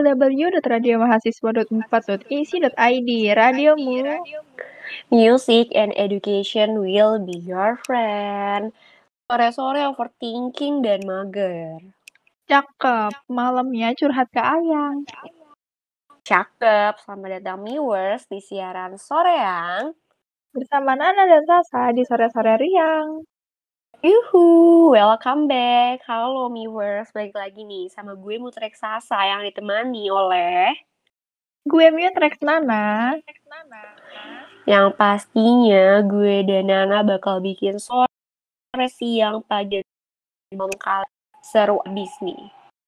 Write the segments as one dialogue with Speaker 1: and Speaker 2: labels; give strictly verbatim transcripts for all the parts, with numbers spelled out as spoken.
Speaker 1: w dot radio mahasiswa dot unpad dot a c dot i d. Radiomu.
Speaker 2: Music and education will be your friend. Sore-sore overthinking dan mager.
Speaker 1: Cakep. Malamnya curhat ke Ayang.
Speaker 2: Cakep. Selamat datang viewers di siaran Soreang.
Speaker 1: Bersama Nana dan Sasa di sore-sore riang.
Speaker 2: Yuhu, welcome back. Halo viewers, balik lagi nih sama gue Mutrek Sasa yang ditemani oleh
Speaker 1: Gue Mutrex Nana.
Speaker 2: yang pastinya gue dan Nana bakal bikin sore, siang, pagi, malam kali seru abis nih.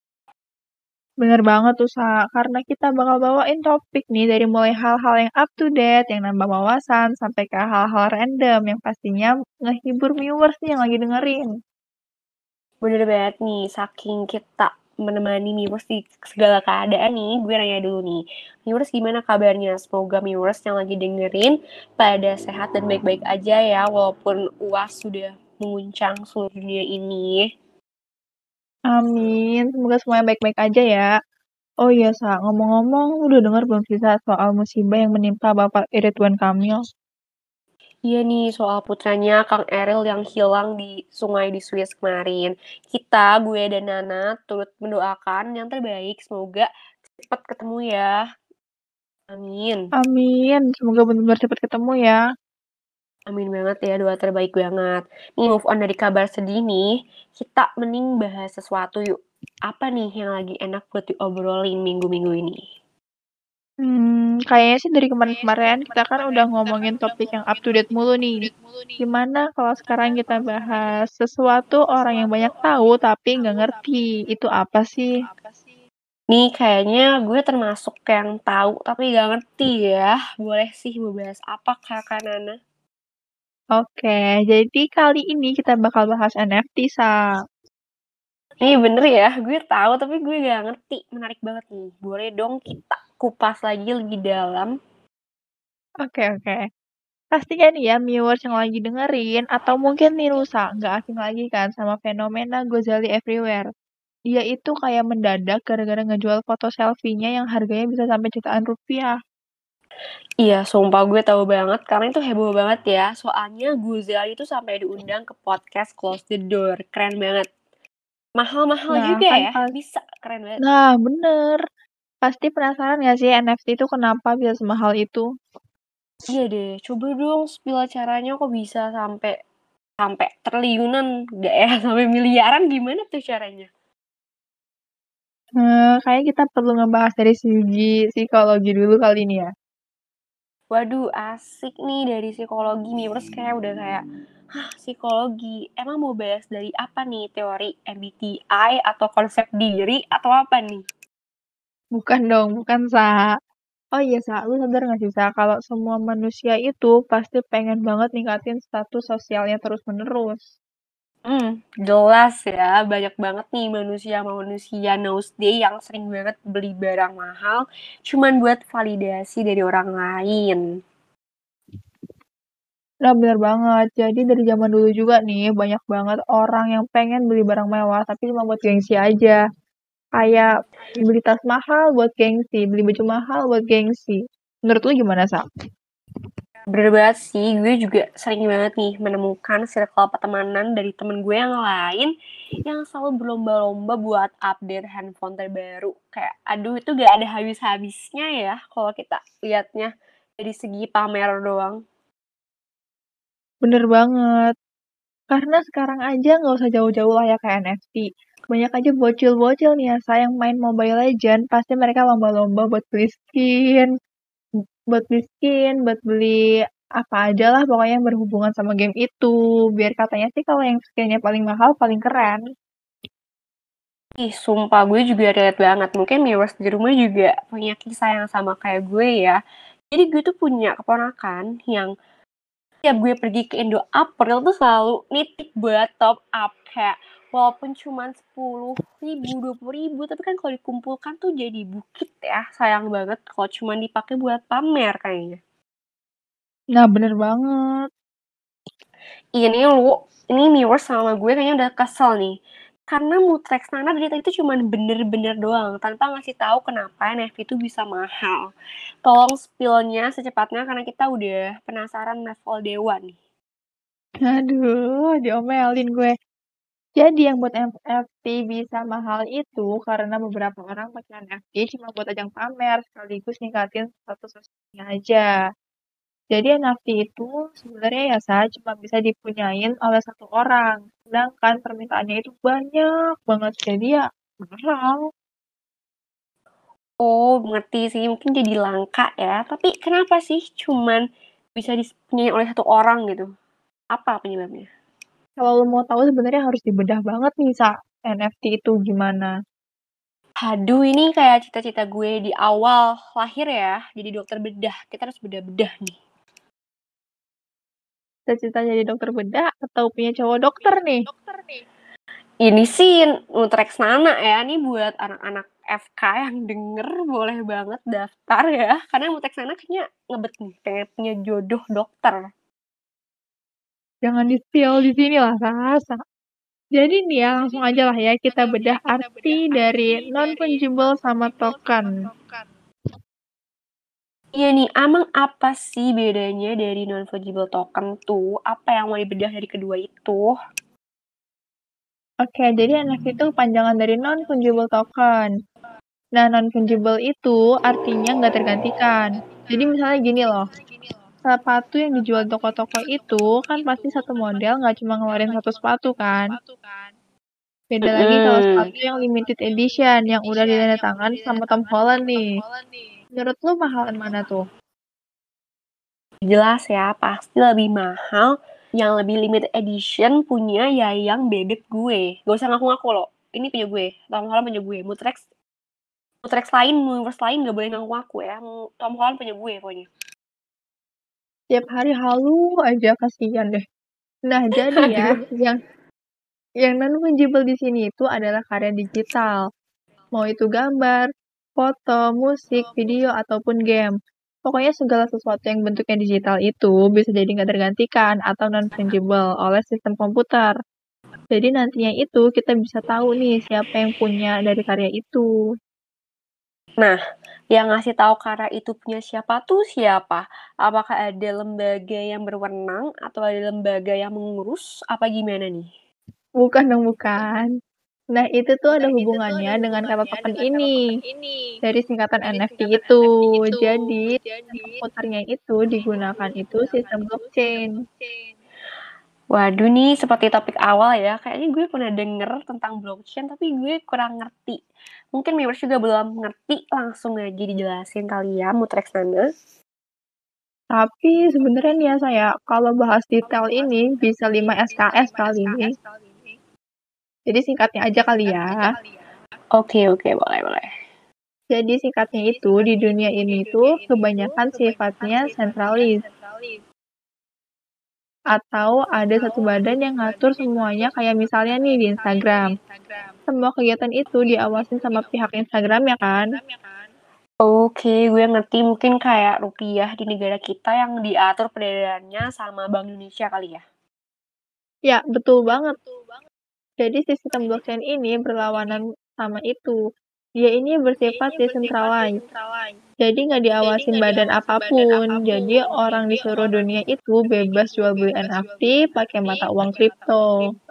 Speaker 1: Bener banget tuh, Sa. Karena kita bakal bawain topik nih dari mulai hal-hal yang up to date, yang nambah wawasan, sampai ke hal-hal random yang pastinya ngehibur viewers nih yang lagi dengerin.
Speaker 2: Bener banget nih, saking kita menemani viewers di segala keadaan nih, gue nanya dulu nih, viewers gimana kabarnya? Semoga viewers yang lagi dengerin pada sehat dan baik-baik aja ya, walaupun U A S sudah menguncang seluruh dunia ini.
Speaker 1: Amin, semoga semuanya baik-baik aja ya. Oh iya, Sa, ngomong-ngomong, udah denger belum sih, Sa, soal musibah yang menimpa Bapak Ridwan Kamil?
Speaker 2: Iya nih, soal putranya Kang Eril yang hilang di sungai di Swiss kemarin. Kita, gue dan Nana, turut mendoakan yang terbaik. Semoga cepat ketemu ya. Amin.
Speaker 1: Amin, semoga benar-benar cepat ketemu ya.
Speaker 2: Amin banget ya, doa terbaik banget. Nih, move on dari kabar sedih nih, kita mending bahas sesuatu yuk. Apa nih yang lagi enak buat diobrolin minggu-minggu ini?
Speaker 1: Hmm, kayaknya sih dari kemarin-kemarin kita kan udah ngomongin topik yang up to date mulu nih. Gimana kalau sekarang kita bahas sesuatu orang yang banyak tahu tapi nggak ngerti itu apa sih?
Speaker 2: Nih kayaknya gue termasuk yang tahu tapi gak ngerti ya. Boleh sih membahas apa Kakak Nana?
Speaker 1: Oke, jadi kali ini kita bakal bahas N F T, Sa.
Speaker 2: Nih bener ya, gue tahu tapi gue gak ngerti. Menarik banget nih. Boleh dong kita kupas lagi lebih dalam.
Speaker 1: Oke, oke. Pastinya nih ya, viewers yang lagi dengerin, atau mungkin nih Lusa, nggak asing lagi kan sama fenomena Gozali Everywhere. Dia itu kayak mendadak gara-gara ngejual foto selfie-nya yang harganya bisa sampai jutaan rupiah.
Speaker 2: Iya, sumpah gue tahu banget karena itu heboh banget ya. Soalnya Guzali itu sampai diundang ke podcast Close the Door. Keren banget. Mahal-mahal
Speaker 1: Nah,
Speaker 2: juga
Speaker 1: kan
Speaker 2: ya.
Speaker 1: pas...
Speaker 2: Bisa, keren banget.
Speaker 1: Nah, bener. Pasti penasaran nggak sih N F T itu kenapa bisa semahal itu?
Speaker 2: Iya deh, coba dong spill caranya kok bisa sampai sampai triliunan, enggak ya, sampai miliaran gimana tuh caranya?
Speaker 1: Hmm, kayaknya kita perlu ngebahas dari segi psikologi dulu kali ini ya.
Speaker 2: Waduh, asik nih dari psikologi nih. Terus kayak udah kayak, hah psikologi, emang mau bahas dari apa nih? Teori M B T I atau konsep diri atau apa nih?
Speaker 1: Bukan dong, bukan, Sa. Oh iya, Sa, lu sadar nggak sih, Sa, kalau semua manusia itu pasti pengen banget ningkatin status sosialnya terus-menerus.
Speaker 2: Hmm, jelas ya. Banyak banget nih manusia-manusia nowadays yang sering banget beli barang mahal cuman buat validasi dari orang lain.
Speaker 1: Nah, bener banget. Jadi dari zaman dulu juga nih, banyak banget orang yang pengen beli barang mewah, tapi cuma buat gengsi aja. Kayak beli tas mahal buat gengsi, beli baju mahal buat gengsi. Menurut lu gimana, Sa?
Speaker 2: Bener banget sih, gue juga sering banget nih menemukan circle pertemanan dari temen gue yang lain yang selalu berlomba-lomba buat update handphone terbaru. Kayak, aduh itu gak ada habis-habisnya ya kalau kita liatnya dari segi pamer doang.
Speaker 1: Bener banget. Karena sekarang aja nggak usah jauh-jauh lah ya ke N F T. Banyak aja bocil-bocil nih ya, sayang main Mobile Legend, pasti mereka lomba-lomba buat beli skin, buat beli skin, buat beli apa aja lah pokoknya yang berhubungan sama game itu. Biar katanya sih kalau yang skinnya paling mahal, paling keren.
Speaker 2: Ih, sumpah gue juga relate banget. Mungkin viewers di rumah juga punya kisah yang sama kayak gue ya. Jadi gue tuh punya keponakan yang tiap gue pergi ke Indo April tuh selalu nitip buat top up. Kayak walaupun cuma sepuluh ribu, dua puluh ribu, tapi kan kalau dikumpulkan tuh jadi bukit ya. Sayang banget kalau cuma dipakai buat pamer kayaknya.
Speaker 1: Nah, bener banget.
Speaker 2: Ini lu, ini viewers sama gue kayaknya udah kesel nih. Karena Mutreksana dari tadi itu cuman bener-bener doang, tanpa ngasih tahu kenapa N F T itu bisa mahal. Tolong spill-nya secepatnya karena kita udah penasaran level dewa nih.
Speaker 1: Aduh, diomelin gue. Jadi yang buat N F T bisa mahal itu karena beberapa orang pakai N F T cuma buat ajang pamer sekaligus ningkatin status sosialnya aja. Jadi N F T itu sebenarnya ya Sa, cuma bisa dipunyain oleh satu orang. Sedangkan permintaannya itu banyak banget. Jadi ya mahal.
Speaker 2: Oh, ngerti sih. Mungkin jadi langka ya. Tapi kenapa sih cuman bisa dipunyai oleh satu orang gitu? Apa penyebabnya?
Speaker 1: Kalau lo mau tahu sebenarnya harus dibedah banget nih Sa, N F T itu gimana.
Speaker 2: Aduh, ini kayak cita-cita gue di awal lahir ya. Jadi dokter bedah. Kita harus bedah-bedah nih.
Speaker 1: Cita-cita jadi dokter bedah atau punya cowok dokter nih?
Speaker 2: Ini sih Nutreksana ya. Ini buat anak-anak F K yang denger boleh banget daftar ya. Karena Nutreksana kayaknya ngebet nih. Pengen punya jodoh dokter.
Speaker 1: Jangan di-spill di sini lah, Sa. Jadi nih ya, langsung aja lah ya kita bedah arti dari non-fungible sama token.
Speaker 2: Iya nih, emang apa sih bedanya dari non-fungible token tuh? Apa yang mau dibedah dari kedua itu?
Speaker 1: Oke, jadi N F T itu panjangan dari non-fungible token. Nah, non-fungible itu artinya nggak tergantikan. Jadi misalnya gini loh, sepatu yang dijual toko-toko itu kan pasti satu model nggak cuma ngeluarin satu sepatu kan. Beda lagi kalau
Speaker 2: Mm-mm.
Speaker 1: sepatu yang limited edition yang udah ditandatangan sama Tom Holland nih. Menurut lu mahalan mana tuh?
Speaker 2: Jelas ya, pasti lebih mahal yang lebih limited edition punya Yayang bebek gue. Gak usah ngaku-ngaku loh. Ini punya gue. Tom Holland punya gue. Mutrex Mutrex lain, universe lain gak boleh ngaku-ngaku ya. Tom Holland punya gue pokoknya.
Speaker 1: Tiap hari halu aja, kasihan deh. Nah, jadi ya,
Speaker 2: Aduh.
Speaker 1: yang yang non-fungible di sini itu adalah karya digital. Mau itu gambar, foto, musik, video, ataupun game. Pokoknya segala sesuatu yang bentuknya digital itu bisa jadi nggak tergantikan atau non-fungible oleh sistem komputer. Jadi nantinya itu kita bisa tahu nih siapa yang punya dari karya itu.
Speaker 2: Nah, yang ngasih tahu karya itu punya siapa tuh siapa? Apakah ada lembaga yang berwenang atau ada lembaga yang mengurus? Apa gimana nih?
Speaker 1: Bukan dong, bukan. Nah, itu tuh ada hubungannya dengan kata token ini. Dari singkatan N F T itu. Jadi, sistem komputernya itu digunakan itu sistem blockchain.
Speaker 2: Waduh nih, seperti topik awal ya, kayaknya gue pernah denger tentang blockchain, tapi gue kurang ngerti. Mungkin viewers juga belum ngerti, langsung aja dijelasin kali ya, Mutreksana.
Speaker 1: Tapi sebenarnya nih ya saya, kalau bahas detail ini bisa lima S K S kali ini. Jadi singkatnya aja kali ya.
Speaker 2: Oke, oke, boleh, boleh.
Speaker 1: Jadi singkatnya itu di dunia ini tuh kebanyakan sifatnya sentralis. Atau ada satu badan yang ngatur semuanya kayak misalnya nih di Instagram. Semua kegiatan itu diawasin sama pihak Instagram ya kan?
Speaker 2: Oke, gue ngerti mungkin kayak rupiah di negara kita yang diatur peredarannya sama Bank Indonesia kali ya.
Speaker 1: Ya, betul banget. Jadi sistem blockchain ini berlawanan sama itu. Dia ini bersifat decentralized. Jadi nggak diawasin badan apapun. Jadi orang di seluruh dunia itu bebas jual beli N F T pakai mata uang kripto.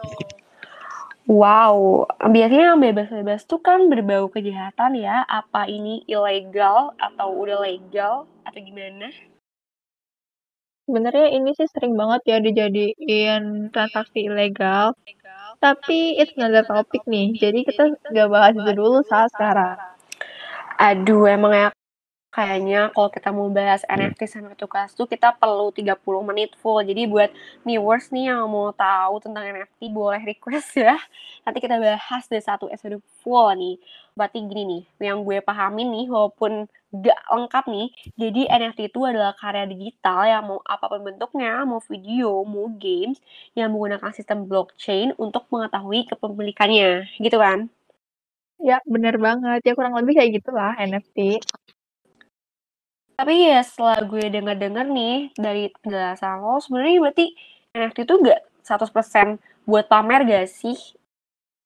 Speaker 2: Wow, biasanya yang bebas-bebas tuh kan berbau kejahatan ya. Apa ini ilegal atau udah legal atau gimana?
Speaker 1: Sebenarnya ini sih sering banget ya dijadiin transaksi ilegal. Tapi it's another topic nih. Jadi kita nggak bahas itu dulu saat sekarang.
Speaker 2: Aduh, emang ya kayaknya kalau kita mau bahas N F T sama Cryptocurrency tuh kita perlu tiga puluh menit full. Jadi buat viewers nih yang mau tahu tentang N F T boleh request ya. Nanti kita bahas deh satu episode full nih. Berarti gini nih, yang gue pahamin nih walaupun gak lengkap nih. Jadi N F T itu adalah karya digital yang mau apapun bentuknya, mau video, mau games yang menggunakan sistem blockchain untuk mengetahui kepemilikannya. Gitu kan?
Speaker 1: Ya, bener banget. Ya kurang lebih kayak gitulah N F T.
Speaker 2: Tapi ya setelah gue denger-denger nih dari penjelasan lo, sebenarnya berarti N F T itu gak seratus persen buat pamer gak sih?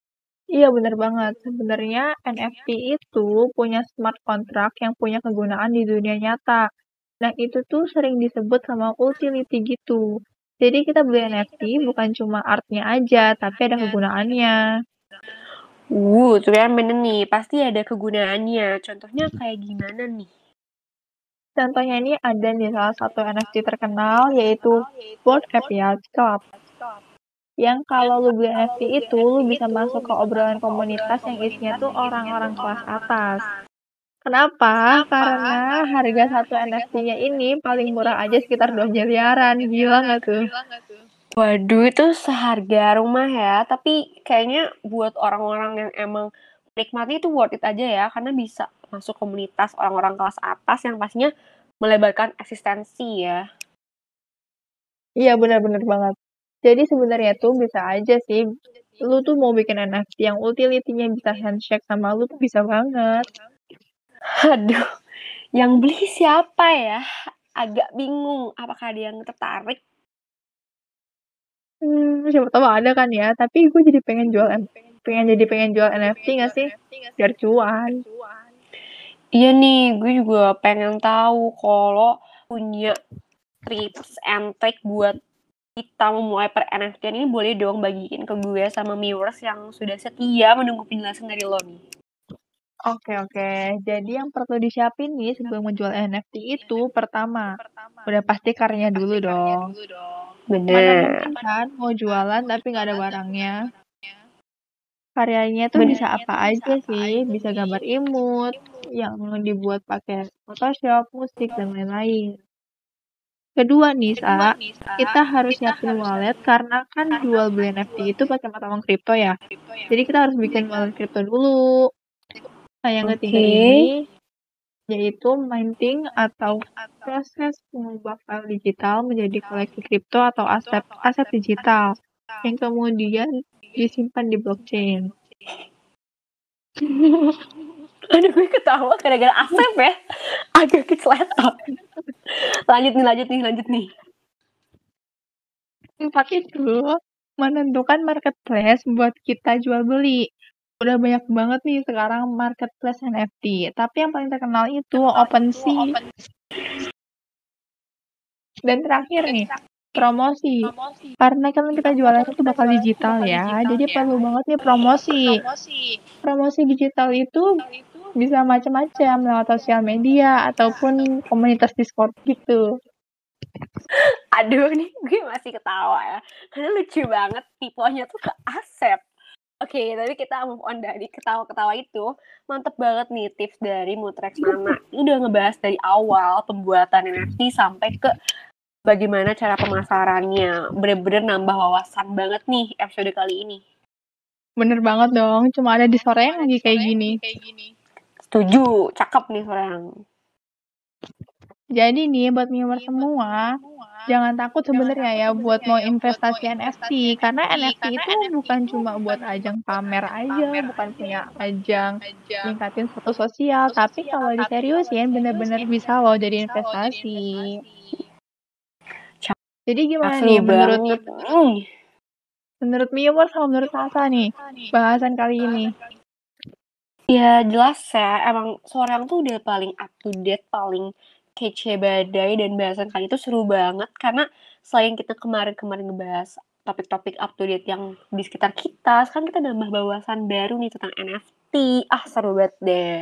Speaker 1: Iya bener banget. Sebenarnya N F T itu punya smart contract yang punya kegunaan di dunia nyata. Nah itu tuh sering disebut sama utility gitu. Jadi kita beli N F T bukan cuma artnya aja, tapi ada kegunaannya.
Speaker 2: Uh, tuh kan bener nih, pasti ada kegunaannya. Contohnya kayak gimana nih?
Speaker 1: Contohnya ini ada nih salah satu N F T terkenal yaitu Bored Ape Yacht Club. Yang kalau lu beli N F T itu, lu bisa masuk ke obrolan komunitas yang isinya tuh orang-orang kelas atas. Kenapa? Karena harga satu N F T-nya ini paling murah aja sekitar dua miliaran. Gila nggak tuh?
Speaker 2: Waduh, itu seharga rumah ya. Tapi kayaknya buat orang-orang yang emang menikmati itu worth it aja ya. Karena bisa masuk komunitas orang-orang kelas atas yang pastinya melebarkan eksistensi ya.
Speaker 1: Iya benar-benar banget. Jadi sebenarnya tuh bisa aja sih. Lu tuh mau bikin N F T yang utility-nya bisa handshake sama lu tuh bisa banget.
Speaker 2: Aduh, yang beli siapa ya? Agak bingung. Apakah ada yang tertarik?
Speaker 1: Hmm, siapa tahu ada kan ya. Tapi gue jadi pengen jual pengen jadi pengen jual N F T nggak sih? Biar cuan.
Speaker 2: Iya nih, gue juga pengen tahu kalau punya tips and trick buat kita memulai per N F T ini boleh dong bagiin ke gue sama viewers yang sudah setia menunggu penjelasan dari lo nih.
Speaker 1: Oke, oke. Jadi yang perlu disiapin nih sebelum menjual N F T itu pertama, udah pasti karyanya dulu dong. Mana
Speaker 2: Bener.
Speaker 1: mungkin kan mau jualan tapi nggak ada barangnya. Karyanya tuh
Speaker 2: Bener.
Speaker 1: bisa apa aja sih, bisa gambar imut, yang dibuat pakai Photoshop, musik, dan lain-lain. Kedua nih, Sa, kita harus siapin wallet karena kan jual beli N F T itu pakai mata uang kripto ya. Jadi kita harus bikin wallet kripto dulu. Nah, yang ketiga
Speaker 2: Oke.
Speaker 1: ini yaitu minting atau proses mengubah file digital menjadi koleksi kripto atau aset aset digital yang kemudian disimpan di blockchain.
Speaker 2: Aduh, gue ketawa gara-gara Asep ya. Agak keceletot. Lanjut nih, lanjut nih, lanjut nih.
Speaker 1: Empat itu menentukan marketplace buat kita jual beli. Udah banyak banget nih sekarang marketplace N F T. Tapi yang paling terkenal itu OpenSea. Dan terakhir nih, promosi. Karena kan kita jualan itu bakal digital ya. Jadi perlu banget nih promosi. Promosi digital itu bisa macam-macam lewat sosial media ataupun komunitas Discord gitu.
Speaker 2: Aduh nih, gue masih ketawa ya. Karena lucu banget tipenya tuh ke Asep. Oke, okay, tapi kita move on dari ketawa-ketawa itu. Mantep banget nih tips dari Mutreksana. Ini udah ngebahas dari awal pembuatan N F T sampai ke bagaimana cara pemasarannya. Bener-bener nambah wawasan banget nih episode kali ini.
Speaker 1: Bener banget dong, cuma ada di sore yang lagi kayak gini.
Speaker 2: Setuju, cakep nih orang.
Speaker 1: Jadi nih buat viewer semua, jangan takut sebenarnya ya buat mau investasi N F T. Karena N F T itu bukan cuma buat ajang pamer aja, bukan punya ajang ningkatin status sosial. Tapi kalau diseriusin bener-bener bisa loh jadi investasi. Jadi gimana
Speaker 2: Seru
Speaker 1: nih menurut
Speaker 2: banget. Hmm.
Speaker 1: menurut viewer sama menurut Sasa nih bahasan kali ini?
Speaker 2: Ya jelas ya, emang Soreang tuh udah paling up to date, paling kece badai, dan bahasan kali itu seru banget karena selain kita kemarin-kemarin ngebahas topik-topik up to date yang di sekitar kita, sekarang kita nambah bahasan baru nih tentang N F T. Ah, seru banget deh.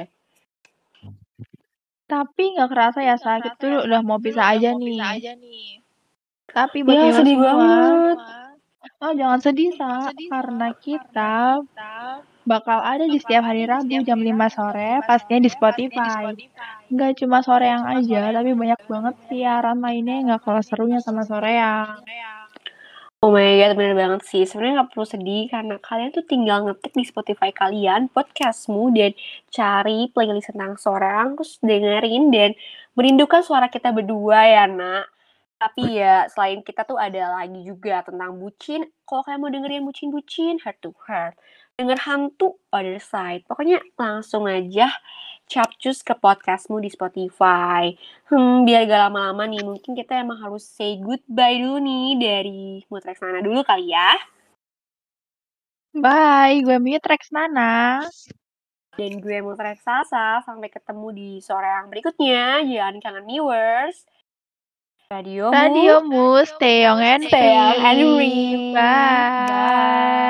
Speaker 1: Tapi nggak kerasa ya Sa, kita tuh udah mau pisah aja nih. Tapi buat
Speaker 2: Ya,
Speaker 1: viewer
Speaker 2: sedih
Speaker 1: semua,
Speaker 2: banget.
Speaker 1: oh jangan sedih Sa, karena kita bakal ada di setiap hari Rabu jam lima sore, pastinya di Spotify. Nggak cuma Soreang aja, tapi banyak banget siaran lainnya yang nggak kalah serunya sama Soreang.
Speaker 2: Oh my god, bener banget sih. Sebenarnya nggak perlu sedih karena kalian tuh tinggal ngetik di Spotify kalian podcastmu dan cari playlist tentang Soreang, terus dengerin dan merindukan suara kita berdua ya, nak. Tapi ya selain kita tuh ada lagi juga tentang bucin. Kalau kalian mau dengerin bucin-bucin, heart to heart, denger hantu other side. Pokoknya langsung aja capcus ke podcastmu di Spotify. Hmm, biar gak lama-lama nih, mungkin kita emang harus say goodbye dulu nih dari Mutreksana dulu kali ya.
Speaker 1: Bye, gue Mute Rexnana.
Speaker 2: Dan gue Mutrek Sasa. Sampai ketemu di sore yang berikutnya. Jangan kangen viewers. Radiomu,
Speaker 1: Radiomu, stay young and
Speaker 2: stay young and
Speaker 1: free.
Speaker 2: free.
Speaker 1: Bye.
Speaker 2: Bye.